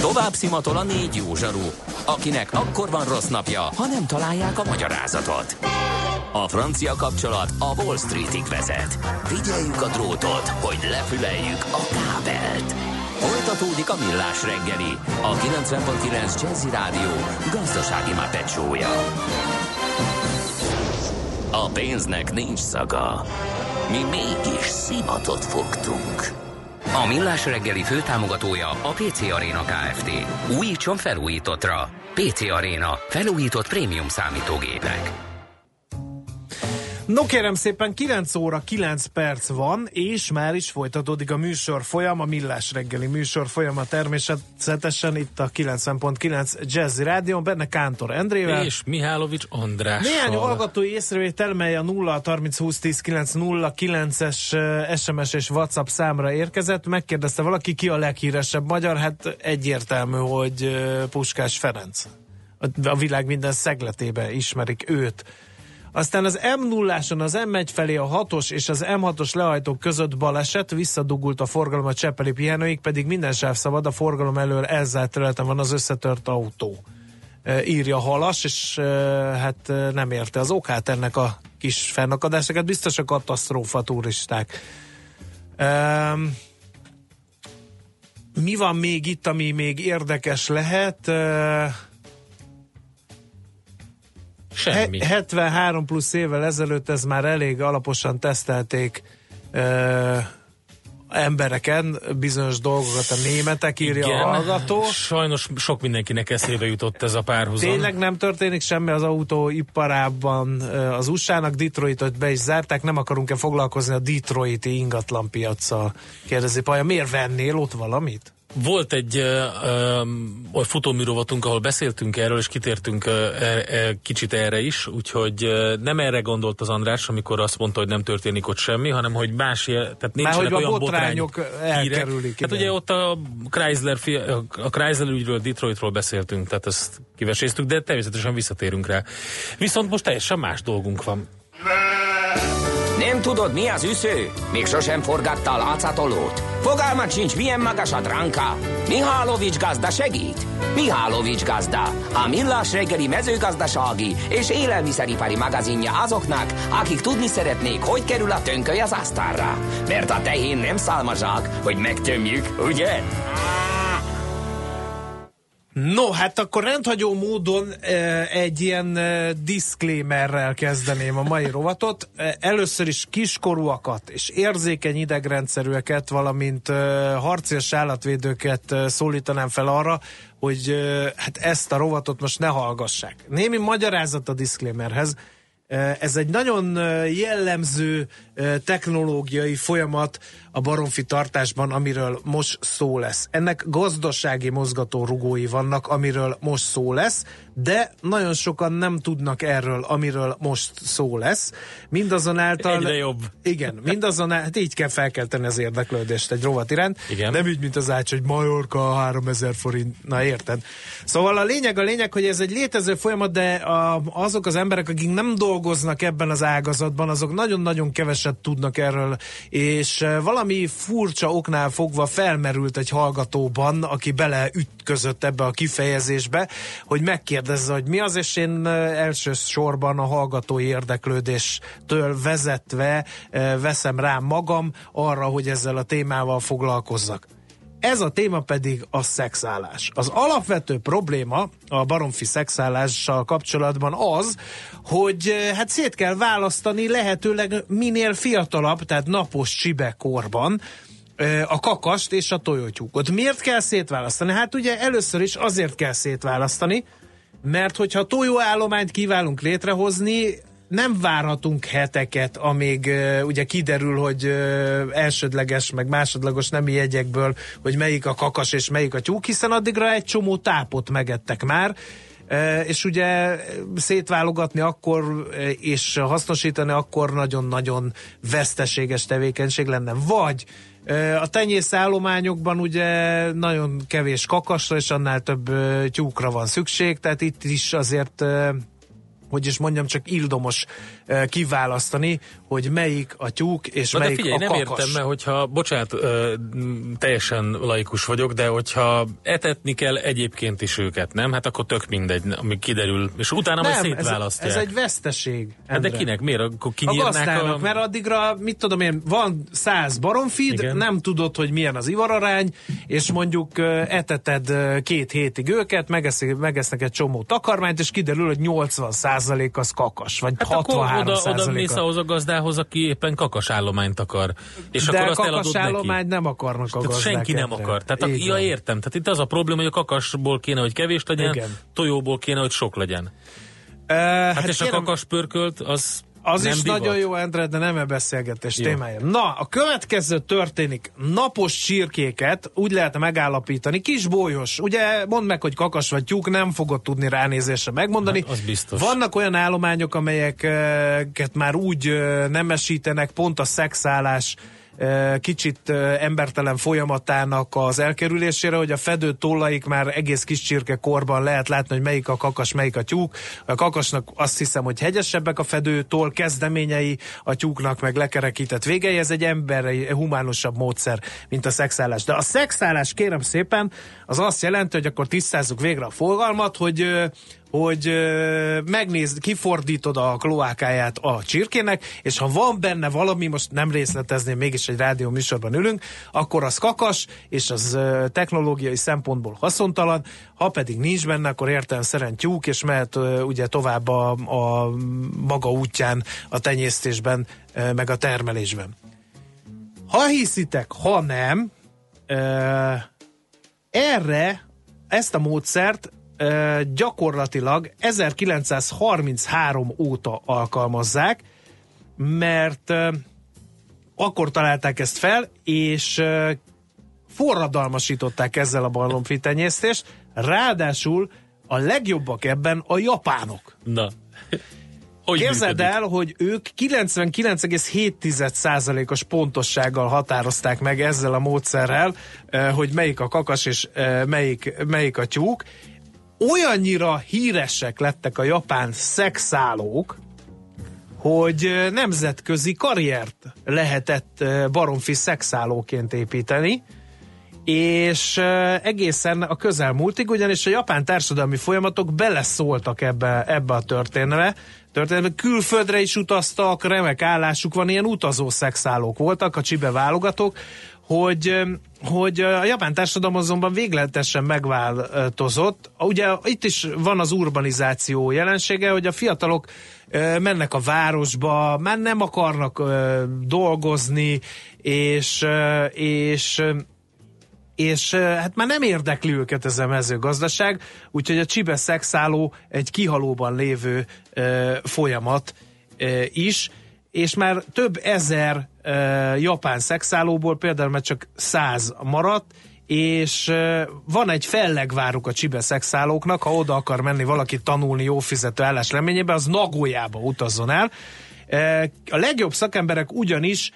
Tovább szimatol a 4 jó zsaru, akinek akkor van rossz napja, ha nem találják a magyarázatot. A francia kapcsolat a Wall Streetig vezet. Figyeljük a drótot, hogy lefüleljük a kábelt. Folytatódik a Millás reggeli, a 90.9 Jazzy Rádió gazdasági mápecsója. A pénznek nincs szaga. Mi mégis szimatot fogtunk. A Millás reggeli főtámogatója a PC Arena Kft. Újítson felújítottra. PC Arena. Felújított prémium számítógépek. No kérem szépen, 9 óra 9 perc van, és már is folytatódik a műsorfolyam, a Millás reggeli műsorfolyama természetesen itt a 90.9 Jazzy Rádión, benne Kántor Endrével. És Mihálovics Andrással. Néhány hallgatói észrevétel, mely a 0-30-20-10-9-09-es SMS és WhatsApp számra érkezett. Megkérdezte valaki, ki a leghíresebb magyar? Hát egyértelmű, hogy Puskás Ferenc. A világ minden szegletébe ismerik őt. Aztán az M0-áson az M1 felé a 6-os és az M6-os lehajtók között baleset, visszadugult a forgalom a Cseppeli pihenőig, pedig minden sáv szabad, a forgalom elől elzárt területen van az összetört autó. Írja Halas, és hát nem érte az okát ennek a kis fennakadásnak, biztos a katasztrófa turisták. Mi van még itt, ami még érdekes lehet? Semmi. 73 plusz évvel ezelőtt ez már elég alaposan tesztelték embereken bizonyos dolgokat, a németek, írja a hallgató. Sajnos sok mindenkinek eszébe jutott ez a párhuzam. Tényleg nem történik semmi az autóiparában az USA-nak, Detroitot be is zárták, nem akarunk-e foglalkozni a detroiti ingatlanpiaccal? Kérdezi Paja, miért vennél ott valamit? Volt egy futóműrovatunk, ahol beszéltünk erről, és kitértünk kicsit erre is, úgyhogy nem erre gondolt az András, amikor azt mondta, hogy nem történik ott semmi, hanem hogy más, tehát nincsenek olyan botrányok elkerülik. Hát ugye ott a Chrysler ügyről, Detroitról beszéltünk, tehát ezt kiveséztük, de természetesen visszatérünk rá. Viszont most teljesen más dolgunk van. Nem tudod, mi az üsző? Még sosem forgatta a látszatolót? Fogalmat sincs, milyen magas a dránka? Mihálovics gazda segít? Mihálovics gazda, a Millás reggeli mezőgazdasági és élelmiszeripari magazinja azoknak, akik tudni szeretnék, hogy kerül a tönköly az asztalra. Mert a tehén nem szálmazsák, hogy megtömjük, ugye? No, hát akkor rendhagyó módon egy ilyen disclaimerrel kezdeném a mai rovatot. Először is kiskorúakat és érzékeny idegrendszerűeket, valamint harcias állatvédőket szólítanám fel arra, hogy hát ezt a rovatot most ne hallgassák. Némi magyarázat a disclaimerhez. Ez egy nagyon jellemző technológiai folyamat a baromfi tartásban, amiről most szó lesz. Ennek gazdasági mozgatórugói vannak, amiről most szó lesz, de nagyon sokan nem tudnak erről, amiről most szó lesz. Mindazonáltal... Egyre jobb. Igen, mindazonáltal, hát így kell felkelteni az érdeklődést egy rovat iránt. Igen. Nem úgy, mint az Ács, hogy Majorka 3000 forint. Na érted? Szóval a lényeg, hogy ez egy létező folyamat, de azok az emberek, akik nem dolgoznak ebben az ágazatban, azok nagyon-nagyon keveset tudnak erről, és valami furcsa oknál fogva felmerült egy hallgatóban, aki beleütközött ebbe a kifejezésbe, hogy megkérdezze, hogy mi az, és én elsősorban a hallgatói érdeklődéstől vezetve veszem rám magam arra, hogy ezzel a témával foglalkozzak. Ez a téma pedig a szexállás. Az alapvető probléma a baromfi szexállással kapcsolatban az, hogy hát szét kell választani lehetőleg minél fiatalabb, tehát napos csibekorban a kakast és a tojótyúkot. Miért kell szétválasztani? Hát ugye először is azért kell szétválasztani, mert hogyha tojóállományt kívánunk létrehozni, nem várhatunk heteket, amíg ugye kiderül, hogy elsődleges, meg másodlagos nemi jegyekből, hogy melyik a kakas és melyik a tyúk, hiszen addigra egy csomó tápot megettek már, és ugye szétválogatni akkor és hasznosítani akkor nagyon-nagyon veszteséges tevékenység lenne. Vagy a tenyészállományokban ugye nagyon kevés kakasra és annál több tyúkra van szükség, tehát itt is azért hogy is mondjam, csak ildomos kiválasztani, hogy melyik a tyúk, és na melyik de figyelj, a nem kakas. értem, mert hogyha, bocsánat, teljesen laikus vagyok, de hogyha etetni kell egyébként is őket, nem? Hát akkor tök mindegy, ami kiderül, és utána majd szétválasztják. Ez egy veszteség. Hát de kinek? Miért? Akkor kinyírnák a gazdának, mert addigra, mit tudom én, van 100 baromfid, igen, nem tudod, hogy milyen az ivararány, és mondjuk eteted 2 hétig őket, megesznek egy csomó takarmányt, és kiderül, hogy 80% az kakas, vagy hát 63%. Oda mész ahhoz a gazdához, aki éppen kakas állományt akar. És de akkor azt kakas állományt nem akarnak a gazdák. Senki nem akar. Tehát értem. Tehát itt az a probléma, hogy a kakasból kéne, hogy kevés legyen, igen, tojóból kéne, hogy sok legyen. Hát és kérem, a kakas pörkölt, az nem is divat. nagyon jó, Endre, de nem beszélgetés témája. Na, a következő történik. Napos csirkéket úgy lehet megállapítani, kisbolyos. Ugye mondd meg, hogy kakas vagy tyúk, nem fogod tudni ránézésre megmondani. Hát, az biztos. Vannak olyan állományok, amelyeket már úgy nemesítenek, pont a szexállás kicsit embertelen folyamatának az elkerülésére, hogy a fedő tollaik már egész kis csirkekorban lehet látni, hogy melyik a kakas, melyik a tyúk. A kakasnak azt hiszem, hogy hegyesebbek a fedő toll kezdeményei, a tyúknak meg lekerekített végei. Ez egy emberi, humánusabb módszer, mint a szexállás. De a szexállás, kérem szépen, az azt jelenti, hogy akkor tisztázzuk végre a fogalmat, hogy megnézd, kifordítod a kloákáját a csirkének, és ha van benne valami, most nem részletezném, mégis egy rádió műsorban ülünk, akkor az kakas, és az technológiai szempontból haszontalan, ha pedig nincs benne, akkor értelemszerűen tyúk, és mehet ugye tovább a maga útján a tenyésztésben, meg a termelésben. Ha hiszitek, ha nem, ezt a módszert gyakorlatilag 1933 óta alkalmazzák, mert akkor találták ezt fel, és forradalmasították ezzel a baromfi tenyésztést, ráadásul a legjobbak ebben a japánok. Na. Képzeld el, hogy ők 99,7%-os pontossággal határozták meg ezzel a módszerrel, hogy melyik a kakas és melyik a tyúk. Olyannyira híresek lettek a japán szexállók, hogy nemzetközi karriert lehetett baromfi szexállóként építeni, és egészen a közelmúltig, ugyanis a japán társadalmi folyamatok beleszóltak ebbe a történetbe, külföldre is utaztak, remek állásuk van, ilyen utazó szexállók voltak, a csibe válogatók, hogy a japán társadalom azonban végletesen megváltozott. Ugye itt is van az urbanizáció jelensége, hogy a fiatalok mennek a városba, már nem akarnak dolgozni, és hát már nem érdekli őket ez a mezőgazdaság, úgyhogy a csibe szexálló egy kihalóban lévő folyamat is, és már több ezer japán szexállóból például már csak 100 maradt, és van egy fellegváruk a csibe szexállóknak, ha oda akar menni valaki tanulni jó fizető állás reményében, az Nagoyába utazzon el. A legjobb szakemberek ugyanis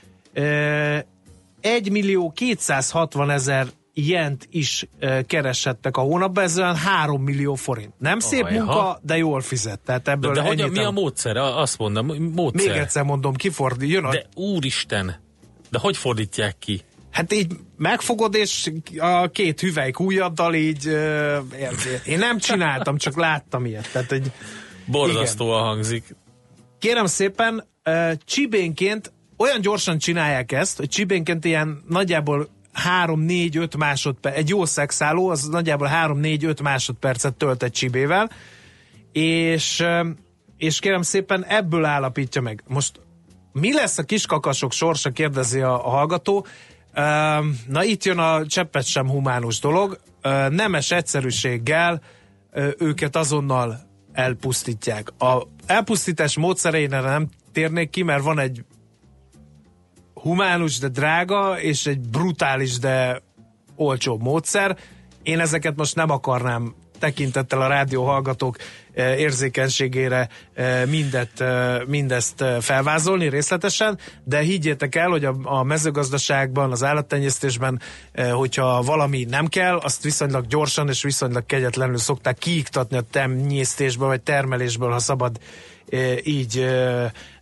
1.260.000 jent is keresettek a hónapban, ez olyan 3 millió forint. Nem szép munka, de jól fizet. Tehát ebből de mi a módszer? Azt mondom, módszer. Még egyszer mondom, De úristen, de hogy fordítják ki? Hát így megfogod, és a 2 hüvelyk ujjaddal így én nem csináltam, csak láttam ilyet. Tehát, hogy borzasztóan hangzik. Kérem szépen, csibénként olyan gyorsan csinálják ezt, hogy csibénként ilyen nagyjából 3-4-5 másodperc, egy jó szexálló, az nagyjából 3-4-5 másodpercet tölt egy csibével, és kérem szépen ebből állapítja meg. Most mi lesz a kiskakasok sorsa, kérdezi a hallgató. Na itt jön a cseppet sem humánus dolog. Nemes egyszerűséggel őket azonnal elpusztítják. A elpusztítás módszerein erre nem térnék ki, mert van egy humánus, de drága, és egy brutális, de olcsóbb módszer. Én ezeket most nem akarnám tekintettel a rádió hallgatók érzékenységére mindezt felvázolni részletesen, de higgyétek el, hogy a mezőgazdaságban, az állattenyésztésben, hogyha valami nem kell, azt viszonylag gyorsan és viszonylag kegyetlenül szokták kiiktatni a tenyésztésből vagy termelésből, ha szabad így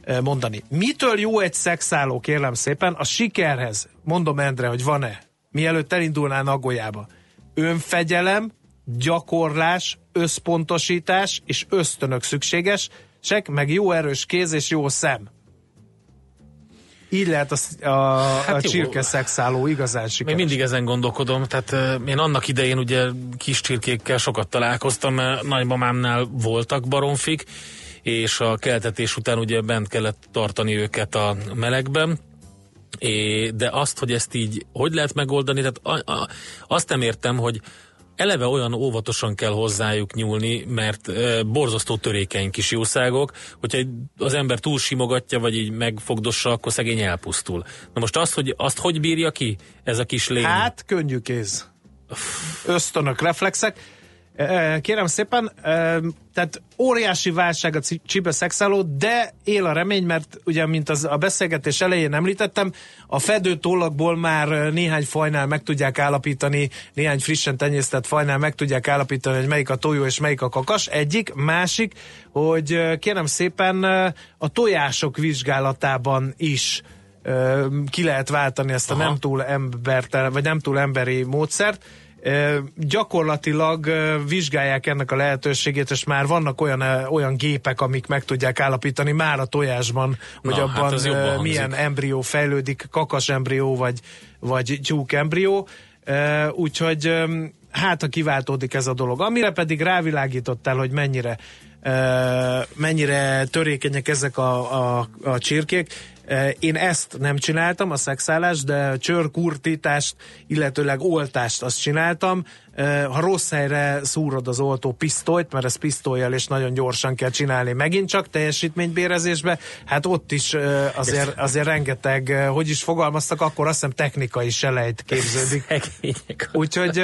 mondani. Mitől jó egy szexálló, kérlem szépen, a sikerhez, mondom Endre, hogy van-e, mielőtt elindulnál Nagoyába. Önfegyelem, gyakorlás, összpontosítás és ösztönök szükségesek, meg jó erős kéz és jó szem. Így lehet a csirke szexálló igazán sikeres. Még mindig ezen gondolkodom, tehát én annak idején ugye kis csirkékkel sokat találkoztam, mert nagymamámnál voltak baromfik, és a keltetés után ugye bent kellett tartani őket a melegben, de azt, hogy ezt így hogy lehet megoldani, tehát azt nem értem, hogy eleve olyan óvatosan kell hozzájuk nyúlni, mert borzasztó törékeny kis jószágok, hogyha az ember túl simogatja, vagy így megfogdossa, akkor szegény elpusztul. Na most azt hogy bírja ki ez a kis lény? Hát, könnyű kéz. Ösztönök, reflexek. Kérem szépen, tehát óriási válság a csirke szexálló, de él a remény, mert ugye, mint a beszélgetés elején említettem, a fedőtollakból már néhány fajnál meg tudják állapítani, néhány frissen tenyésztett fajnál meg tudják állapítani, hogy melyik a tojó és melyik a kakas. Egyik, másik, hogy kérem szépen a tojások vizsgálatában is ki lehet váltani ezt a nem túl emberi módszert. Gyakorlatilag vizsgálják ennek a lehetőségét, és már vannak olyan gépek, amik meg tudják állapítani már a tojásban, hogy abban milyen embrió fejlődik, kakas embrió vagy tyúk embrió. Úgyhogy hát, ha kiváltódik ez a dolog. Amire pedig rávilágítottál, hogy mennyire törékenyek ezek a csirkék. Én ezt nem csináltam, a szexállást, de csőrkurtítást, illetőleg oltást azt csináltam. Ha rossz helyre szúrod az oltó pisztolyt, mert ez pisztollyal és nagyon gyorsan kell csinálni megint csak teljesítménybérezésbe, hát ott is azért rengeteg, hogy is fogalmaztak, akkor azt hiszem technikai selejt képződik. Úgyhogy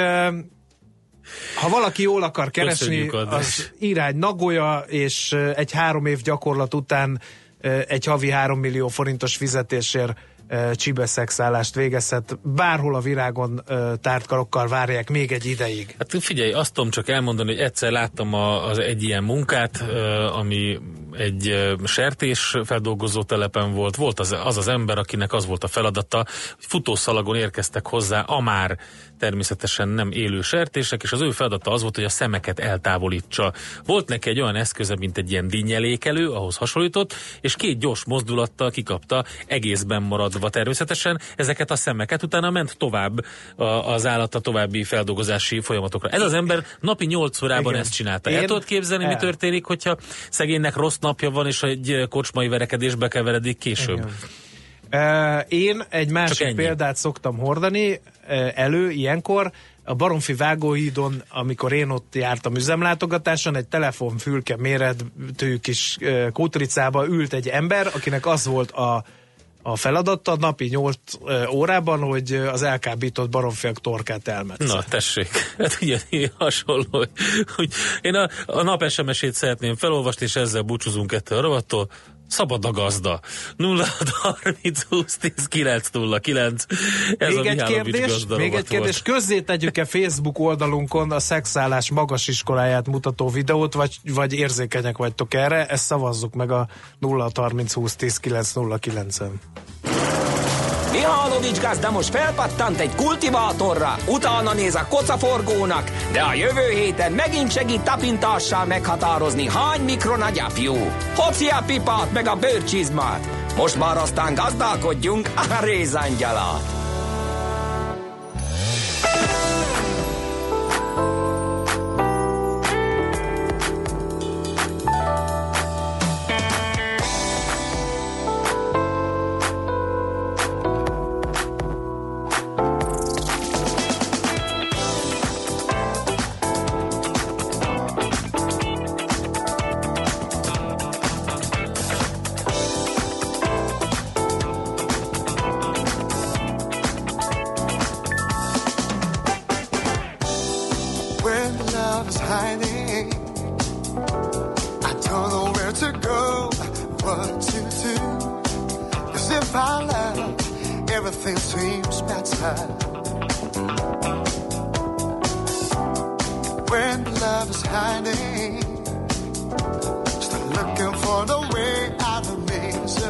ha valaki jól akar keresni, az irány Nagoya, és egy 3 év gyakorlat után egy havi 3 millió forintos fizetésért csibeszexállást végezhet. Bárhol a virágon tárt karokkal várják még egy ideig. Hát figyelj, azt tudom csak elmondani, hogy egyszer láttam egy ilyen munkát, ami egy sertés feldolgozó telepen volt. Volt az ember, akinek az volt a feladata, hogy futószalagon érkeztek hozzá a már természetesen nem élő sertések, és az ő feladata az volt, hogy a szemeket eltávolítsa. Volt neki egy olyan eszköze, mint egy ilyen dinnyelékelő, ahhoz hasonlított, és 2 gyors mozdulattal kikapta, egészben maradva természetesen ezeket a szemeket, utána ment tovább az állat a további feldolgozási folyamatokra. Ez az ember napi 8 órában ezt csinálta. El tudod képzelni, mi történik, hogyha szegénynek rossz napja van, és egy kocsmai verekedésbe keveredik később? Én egy másik példát szoktam hordani elő ilyenkor. A Baromfi Vágóhídon, amikor én ott jártam üzemlátogatáson, egy telefonfülke méretű kis kótricába ült egy ember, akinek az volt a feladata napi 8 órában, hogy az elkábított baromfiak torkát elmetsze. Na, tessék. Hát ugye hasonló, hogy én a nap SMS-ét szeretném felolvasni, és ezzel búcsúzunk ettől a rovattól. Szabad a gazda. 0630 20 10 909. Ez még egy kérdés, közzétegyük-e Facebook oldalunkon a szexállás magasiskoláját mutató videót, vagy érzékenyek vagytok erre? Ezt szavazzuk meg a 0630 20 10 909-en. Mihálovics gazda most felpattant egy kultivátorra, utána néz a kocaforgónak, de a jövő héten megint segít tapintással meghatározni, hány mikron a gyapjú. Hoci a pipát meg a bőrcsizmát. Most már aztán gazdálkodjunk a rézangyalát. Still looking for the way out of maze.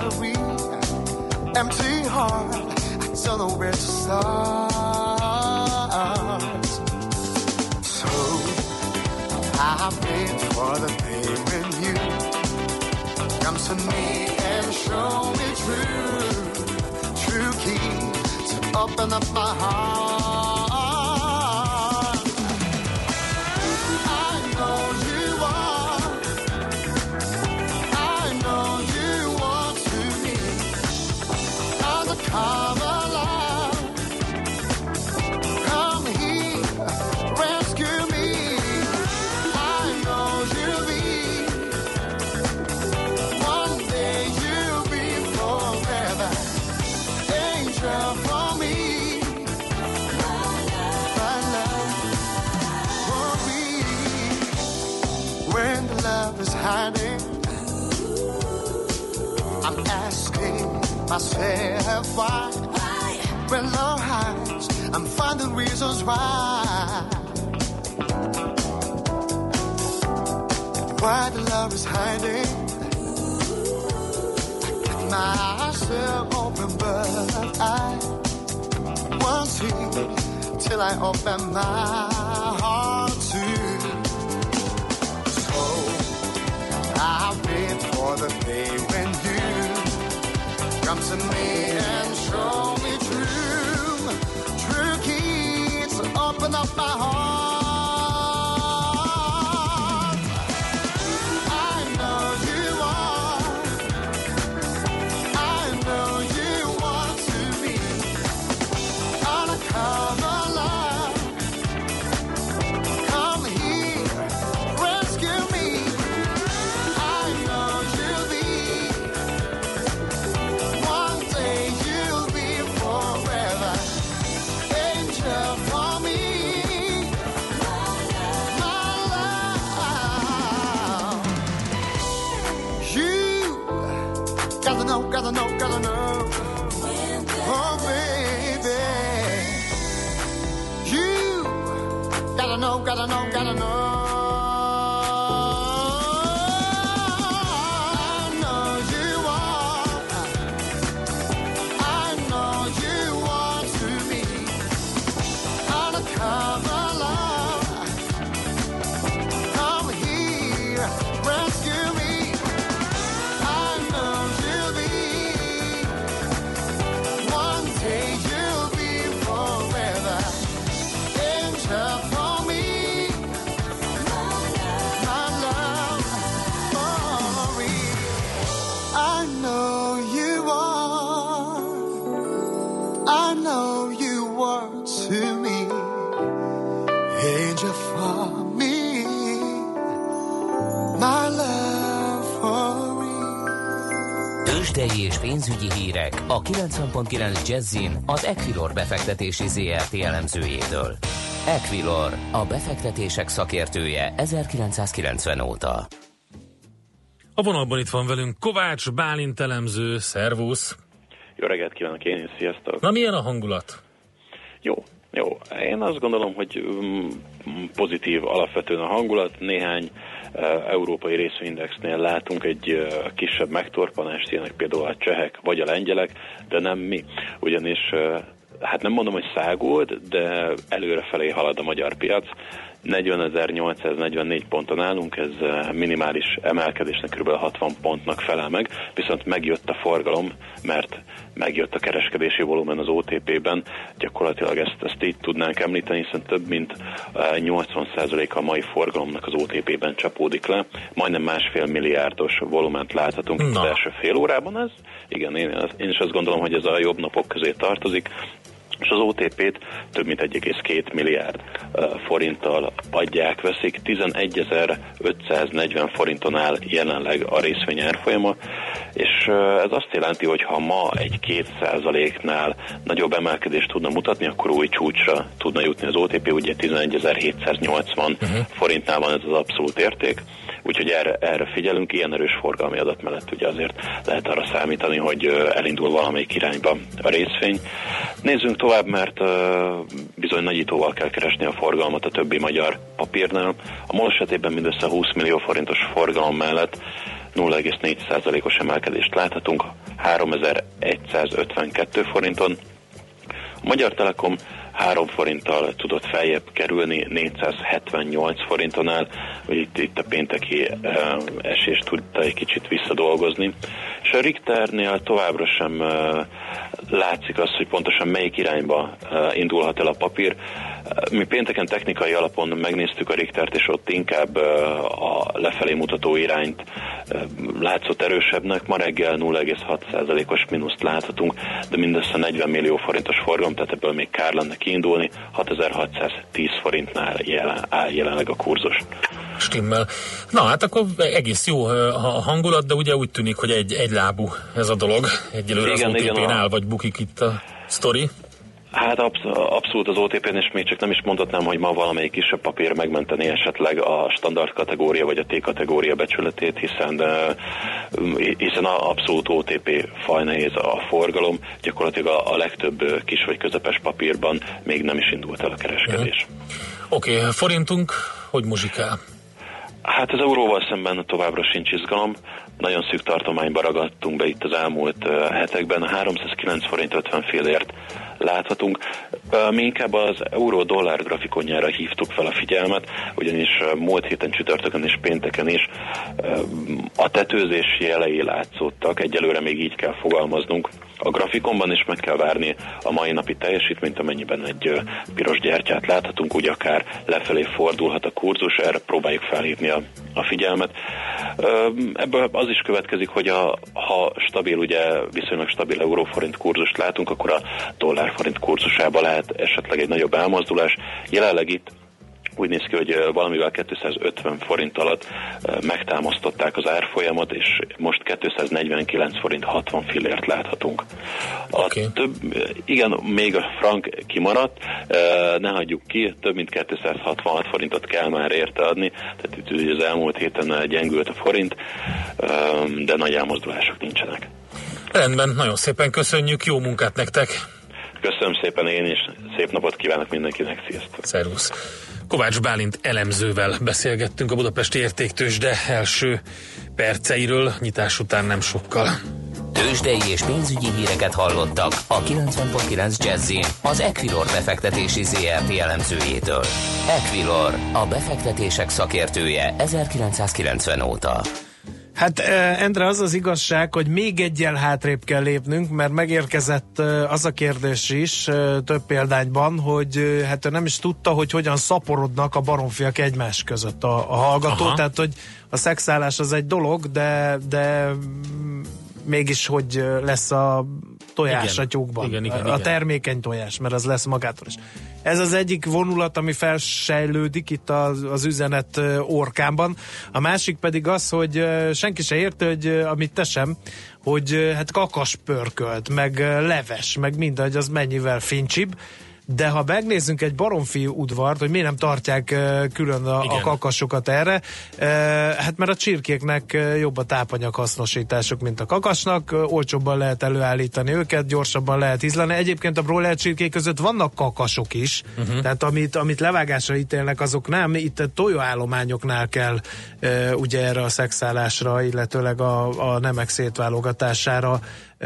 empty heart, I don't know where to start. So I wait for the day when you come to me and show me true key to open up my heart. I know you are, I know you want to me, undercover love, come here, rescue me. I know you'll be, one day you'll be forever, angel for me, my love for me. When the love is hiding, I'm asking myself why. When love hides, I'm finding reasons why. Why the love is hiding, I got myself open, but I won't see till I open my heart too. So I wait for the day when you come to me and show me true keys to open up my heart. I know you are, I know you want to be undercover love. Come here, rescue me. I know you'll be, one day you'll be forever, angel for me, my love. You gotta know, gotta know, gotta know. Oh baby, you gotta know, gotta know, gotta know. I know you are, I know you want to be undercover love. Come here, rescue me. I know you'll be, one day you'll be forever, angel for me, my love for me. I know you are, I know you want to me, angel for me, my love for me. Tőzsdei és pénzügyi hírek a 90.9 Jazzin az Equilor befektetési ZRT elemzőjétől. Equilor, a befektetések szakértője 1990 óta. A vonalban itt van velünk Kovács Bálint elemző, szervusz! Jó reggelt kívánok én is, sziasztok! Na, milyen a hangulat? Jó. Én azt gondolom, hogy pozitív alapvetően a hangulat. Néhány európai részvényindexnél látunk egy kisebb megtorpanást, ilyenek például a csehek vagy a lengyelek, de nem mi. Ugyanis, hát nem mondom, hogy száguld, de előrefelé halad a magyar piac. 40.844 ponton állunk, ez minimális emelkedésnek kb. 60 pontnak felel meg, viszont megjött a forgalom, mert megjött a kereskedési volumen az OTP-ben, gyakorlatilag ezt így tudnánk említeni, hiszen több mint 80%-a a mai forgalomnak az OTP-ben csapódik le, majdnem 1,5 milliárdos volument láthatunk az első fél órában, ez igen, én is azt gondolom, hogy ez a jobb napok közé tartozik, és az OTP-t több mint 1,2 milliárd forinttal adják, veszik, 11.540 forinton áll jelenleg a részvény árfolyama, és ez azt jelenti, hogy ha ma egy 2%-nál nagyobb emelkedést tudna mutatni, akkor új csúcsra tudna jutni az OTP, ugye 11.780 forintnál van ez az abszolút érték, úgyhogy erre figyelünk, ilyen erős forgalmi adat mellett ugye azért lehet arra számítani, hogy elindul valamelyik irányba a részvény. Nézzünk tovább, mert bizony nagyítóval kell keresni a forgalmat a többi magyar papírnál. A MOL esetében mindössze 20 millió forintos forgalom mellett 0,4%-os emelkedést láthatunk 3152 forinton. A Magyar Telekom 3 forinttal tudott feljebb kerülni, 478 forinton áll, hogy itt a pénteki esést tudta egy kicsit visszadolgozni. És a Richternél továbbra sem látszik az, hogy pontosan melyik irányba indulhat el a papír. Mi pénteken technikai alapon megnéztük a Richtert, és ott inkább a lefelé mutató irányt látszott erősebbnek. Ma reggel 0,6%-os mínuszt láthatunk, de mindössze 40 millió forintos forgalom, tehát ebből még kár lenne kiindulni. 6610 forintnál áll jelenleg a kurzus. Stimmel. Na hát akkor egész jó a hangulat, de ugye úgy tűnik, hogy egylábú ez a dolog. Egyelőre az OTP-n áll, vagy bukik itt a sztori. Hát abszolút az OTP-n, és még csak nem is mondhatnám, hogy ma valamelyik kisebb papír megmenteni esetleg a standard kategória vagy a T kategória becsületét, hiszen abszolút OTP fajnehéz a forgalom, gyakorlatilag a legtöbb kis vagy közepes papírban még nem is indult el a kereskedés. Oké, forintunk hogy muzsikál? Hát az euróval szemben továbbra sincs izgalom. Nagyon szűk tartományba ragadtunk be itt az elmúlt hetekben. 309 forint 50 fillért láthatunk. Mi inkább az euró-dollár grafikonjára hívtuk fel a figyelmet, ugyanis múlt héten csütörtökön és pénteken is a tetőzés jelei látszottak. Egyelőre még így kell fogalmaznunk. A grafikonban is meg kell várni a mai napi teljesítményt, amennyiben egy piros gyertyát láthatunk, úgy akár lefelé fordulhat a kurzus, erre próbáljuk felhívni a figyelmet. Ebből az is következik, hogy ha stabil, ugye viszonylag stabil euróforint kurzust látunk, akkor a dollárforint kurzusába lehet esetleg egy nagyobb elmozdulás. Jelenleg itt úgy néz ki, hogy valamivel 250 forint alatt megtámasztották az árfolyamat, és most 249 forint 60 fillért láthatunk. Igen, még a frank kimaradt, ne hagyjuk ki, több mint 266 forintot kell már érte adni, tehát itt az elmúlt héten gyengült a forint, de nagy elmozdulások nincsenek. Rendben, nagyon szépen köszönjük, jó munkát nektek! Köszönöm szépen én is, szép napot kívánok mindenkinek, sziasztok! Szervusz! Kovács Bálint elemzővel beszélgettünk a Budapesti Értéktőzsde első perceiről, nyitás után nem sokkal. Tőzsdei és pénzügyi híreket hallottak a 90.9 Jazzin az Equilor befektetési ZRT elemzőjétől. Equilor, a befektetések szakértője 1990 óta. Hát Endre, az az igazság, hogy még egyel hátrébb kell lépnünk, mert megérkezett az a kérdés is több példányban, hogy hát ő nem is tudta, hogy hogyan szaporodnak a baromfiak egymás között a hallgató, tehát hogy a szexállás az egy dolog, de mégis hogy lesz a tojás a tyúkban. Igen. A termékeny tojás, mert az lesz magától is. Ez az egyik vonulat, ami felsejlődik itt az üzenet orkámban. A másik pedig az, hogy senki se érte, hogy amit te sem, hogy hát kakas pörkölt, meg leves, meg mindegy, az mennyivel fincsibb. De ha megnézzünk egy baromfi udvart, hogy miért nem tartják külön a kakasokat erre, hát mert a csirkéknek jobb a tápanyag hasznosításuk, mint a kakasnak, olcsóbban lehet előállítani őket, gyorsabban lehet ízlani. Egyébként a broiler csirkék között vannak kakasok is, tehát amit levágásra ítélnek, azok nem, itt a tojóállományoknál kell ugye erre a szexállásra, illetőleg a nemek szétválogatására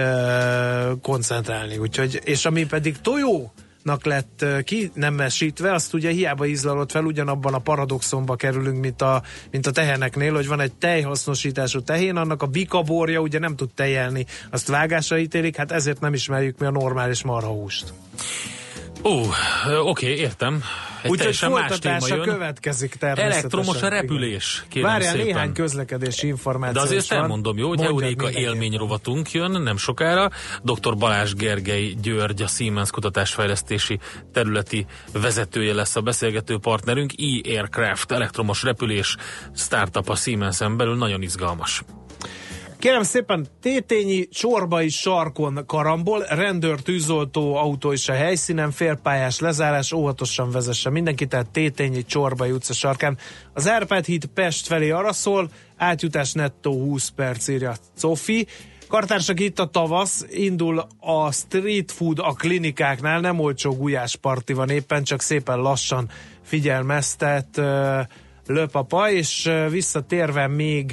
koncentrálni. Úgyhogy, és ami pedig tojónak lett kinemesítve, azt ugye hiába ízlalott fel, ugyanabban a paradoxonba kerülünk, mint a teheneknél, hogy van egy tejhasznosítású tehén, annak a bikaborja ugye nem tud tejelni, azt vágásra ítélik, hát ezért nem ismerjük mi a normális marhahúst. Oké, értem. Úgyhogy folytatása következik természetesen. Elektromos a repülés. Várjál, néhány közlekedési információ. De azért elmondom, jó, hogy Euréka élmény rovatunk jön nem sokára. Dr. Balázs Gergely György, a Siemens kutatásfejlesztési területi vezetője lesz a beszélgető partnerünk. E-Aircraft, elektromos repülés startup a Siemensen belül, nagyon izgalmas. Kérem szépen, Tétényi Csorbai sarkon karambol, rendőr, tűzoltó autó is a helyszínen, félpályás lezárás, óvatosan vezesse mindenki, tehát Tétényi Csorbai utca sarkán. Az Árpád híd Pest felé arra szól, átjutás nettó 20 perc, írja Cofi. Kartársak, itt a tavasz, indul a street food a klinikáknál, nem olcsó gulyásparti van éppen, csak szépen lassan figyelmeztet Löpapa, és visszatérve még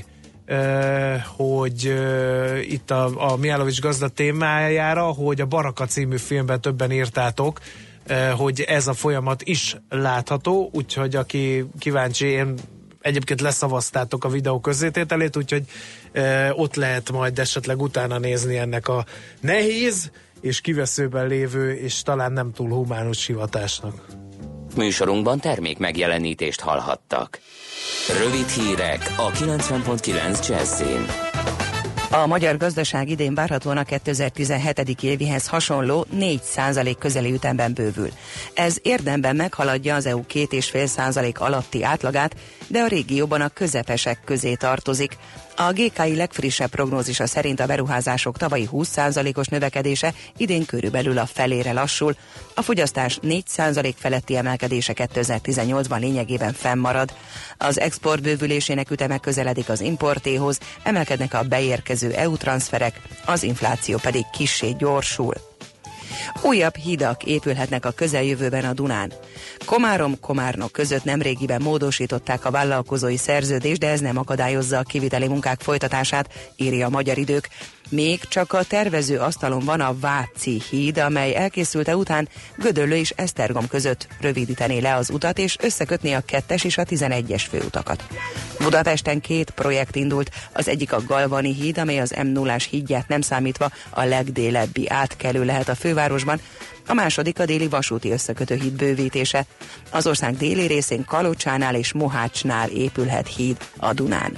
hogy itt a Mihálovics gazda témájára, hogy a Baraka című filmben többen írtátok, hogy ez a folyamat is látható, úgyhogy aki kíváncsi, én egyébként leszavaztátok a videó közzétételét, úgyhogy ott lehet majd esetleg utána nézni ennek a nehéz és kiveszőben lévő és talán nem túl humánus hivatásnak. Műsorunkban termék megjelenítést hallhattak. Rövid hírek a 90.9 Jazzin. A magyar gazdaság idén várhatóan a 2017. évihez hasonló 4% közeli ütemben bővül. Ez érdemben meghaladja az EU 2,5% alatti átlagát, de a régióban a közepesek közé tartozik. A GKI legfrissebb prognózisa szerint a beruházások tavalyi 20%-os növekedése idén körülbelül a felére lassul. A fogyasztás 4% feletti emelkedése 2018-ban lényegében fennmarad. Az export bővülésének üteme közeledik az importéhoz, emelkednek a beérkező EU transferek, az infláció pedig kissé gyorsul. Újabb hidak épülhetnek a közeljövőben a Dunán. Komárom-Komárnok között nemrégiben módosították a vállalkozói szerződést, de ez nem akadályozza a kiviteli munkák folytatását, írja a Magyar Idők. Még csak a tervező asztalon van a Váci híd, amely elkészülte után Gödöllő és Esztergom között rövidítené le az utat és összekötni a 2-es és a 11-es főutakat. Budapesten 2 projekt indult, az egyik a Galvani híd, amely az M0-ás hídját nem számítva a legdélebbi átkelő lehet a fővárosban, a második a déli vasúti összekötő híd bővítése. Az ország déli részén Kalocsánál és Mohácsnál épülhet híd a Dunán.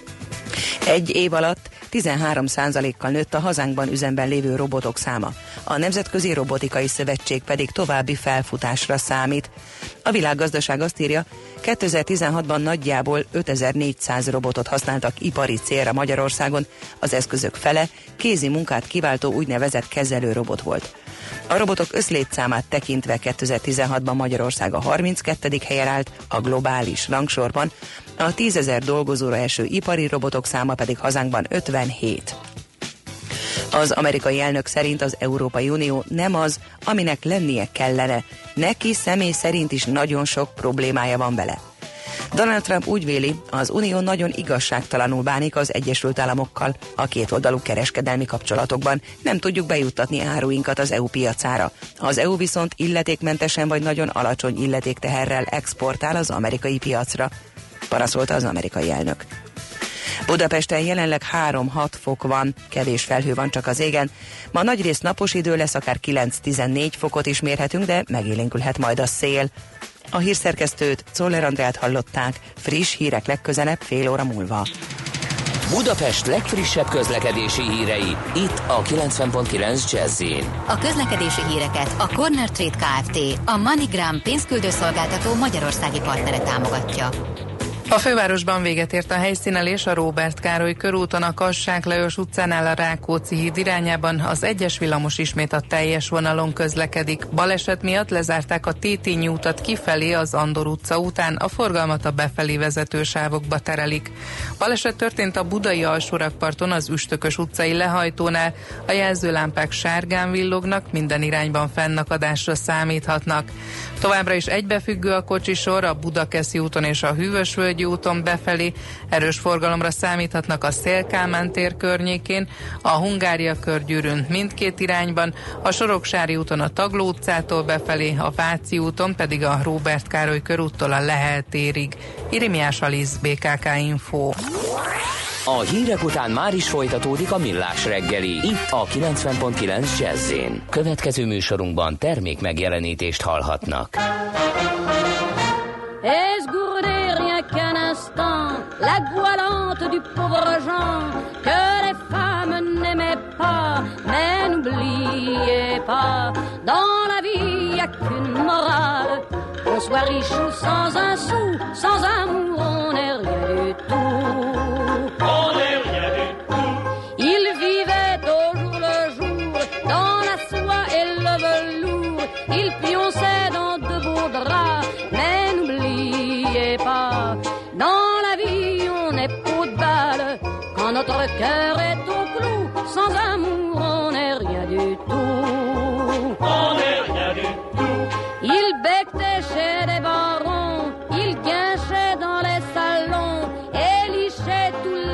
Egy év alatt 13%-kal nőtt a hazánkban üzemben lévő robotok száma. A Nemzetközi Robotikai Szövetség pedig további felfutásra számít. A Világgazdaság azt írja, 2016-ban nagyjából 5400 robotot használtak ipari célra Magyarországon, az eszközök fele kézi munkát kiváltó úgynevezett kezelőrobot volt. A robotok összlétszámát tekintve 2016-ban Magyarország a 32. helyen állt a globális rangsorban, a 10 000 dolgozóra eső ipari robotok száma pedig hazánkban 57. Az amerikai elnök szerint az Európai Unió nem az, aminek lennie kellene. Neki személy szerint is nagyon sok problémája van vele. Donald Trump úgy véli, az Unió nagyon igazságtalanul bánik az Egyesült Államokkal a kétoldalú kereskedelmi kapcsolatokban. Nem tudjuk bejuttatni áruinkat az EU piacára. Az EU viszont illetékmentesen vagy nagyon alacsony illetékteherrel exportál az amerikai piacra, panaszolta az amerikai elnök. Budapesten jelenleg 3-6 fok van, kevés felhő van csak az égen. Ma nagyrészt napos idő lesz, akár 9-14 fokot is mérhetünk, de megélénkülhet majd a szél. A hírszerkesztőt, Czoller Andrát hallották, friss hírek legközelebb fél óra múlva. Budapest legfrissebb közlekedési hírei, itt a 90.9 Jazz-in. A közlekedési híreket a Corner Trade Kft., a MoneyGram pénzküldőszolgáltató magyarországi partnere támogatja. A fővárosban véget ért a helyszínelés a Róbert Károly körúton, a Kassák Lajos utcánál a Rákóczi híd irányában, az 1-es villamos ismét a teljes vonalon közlekedik. Baleset miatt lezárták a Tétényi utat kifelé az Andor utca után, a forgalmat a befelé vezető sávokba terelik. Baleset történt a Budai alsórakparton az Üstökös utcai lehajtónál, a jelzőlámpák sárgán villognak, minden irányban fennakadásra számíthatnak. Továbbra is egybefüggő a kocsisor a Budakeszi úton és a Hűvösvölgyi úton befelé, erős forgalomra számíthatnak a Széll-Kálmán tér környékén, a Hungária körgyűrűn mindkét irányban, a Soroksári úton a Tagló utcától befelé, a Váci úton pedig a Róbert Károly körúttól a Lehel térig. Irimiás Alisz, BKK Info. A hírek után már is folytatódik a Millás reggeli, itt a 90.9 Jazz-in. Következő műsorunkban termék megjelenítést hallhatnak. Esgourdez rien qu'un instant la goualante du pauvre Jean que les femmes n'aimaient pas, mais n'oubliez pas, dans la vie y a qu'une morale, qu'on soit riche ou sans un sou, sans amour on n'est rien du tout. On n'est rien du tout. Il vivait au jour le jour dans la soie et le velours, il pionçait dans de beaux draps, mais n'oubliez pas, dans la vie on est peau de balle, quand notre cœur est au clou, sans amour on n'est rien du tout. On n'est rien du tout. Il becquetait chez des barons, il guinchait dans les salons, et lichait tous les tafs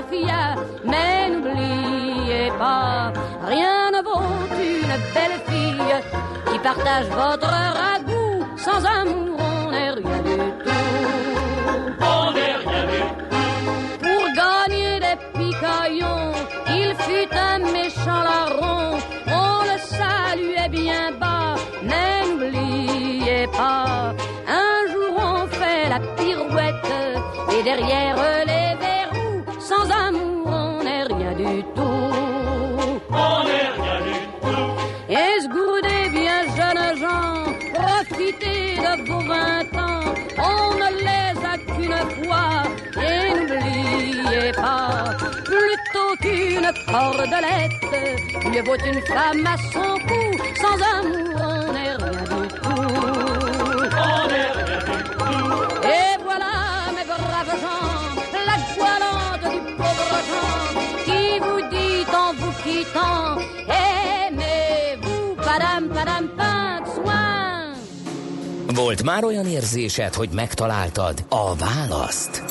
mafia. Mais n'oubliez pas, rien ne vaut une belle fille qui partage votre ragoût. Sans amour, on n'est rien du tout. On n'est rien du tout. Pour gagner des picaillons, il fut un méchant larron. On le saluait bien bas, mais n'oubliez pas, un jour on fait la pirouette et derrière les verrous, sans amour on n'est rien du tout. On n'est rien du tout. Esgourdez bien jeunes gens, profitez de vos 20 ans, on ne les a qu'une fois, et n'oubliez pas, plutôt qu'une cordelette, mieux vaut une femme à son cou, sans amour on n'est rien du tout. On n'est rien du tout. Et voilà mes braves gens, la voilante du pauvre Jean, qui vous dit en vous quittant, aimez-vous, padam padam pam, soin. Volt már olyan érzésed, hogy megtaláltad a választ?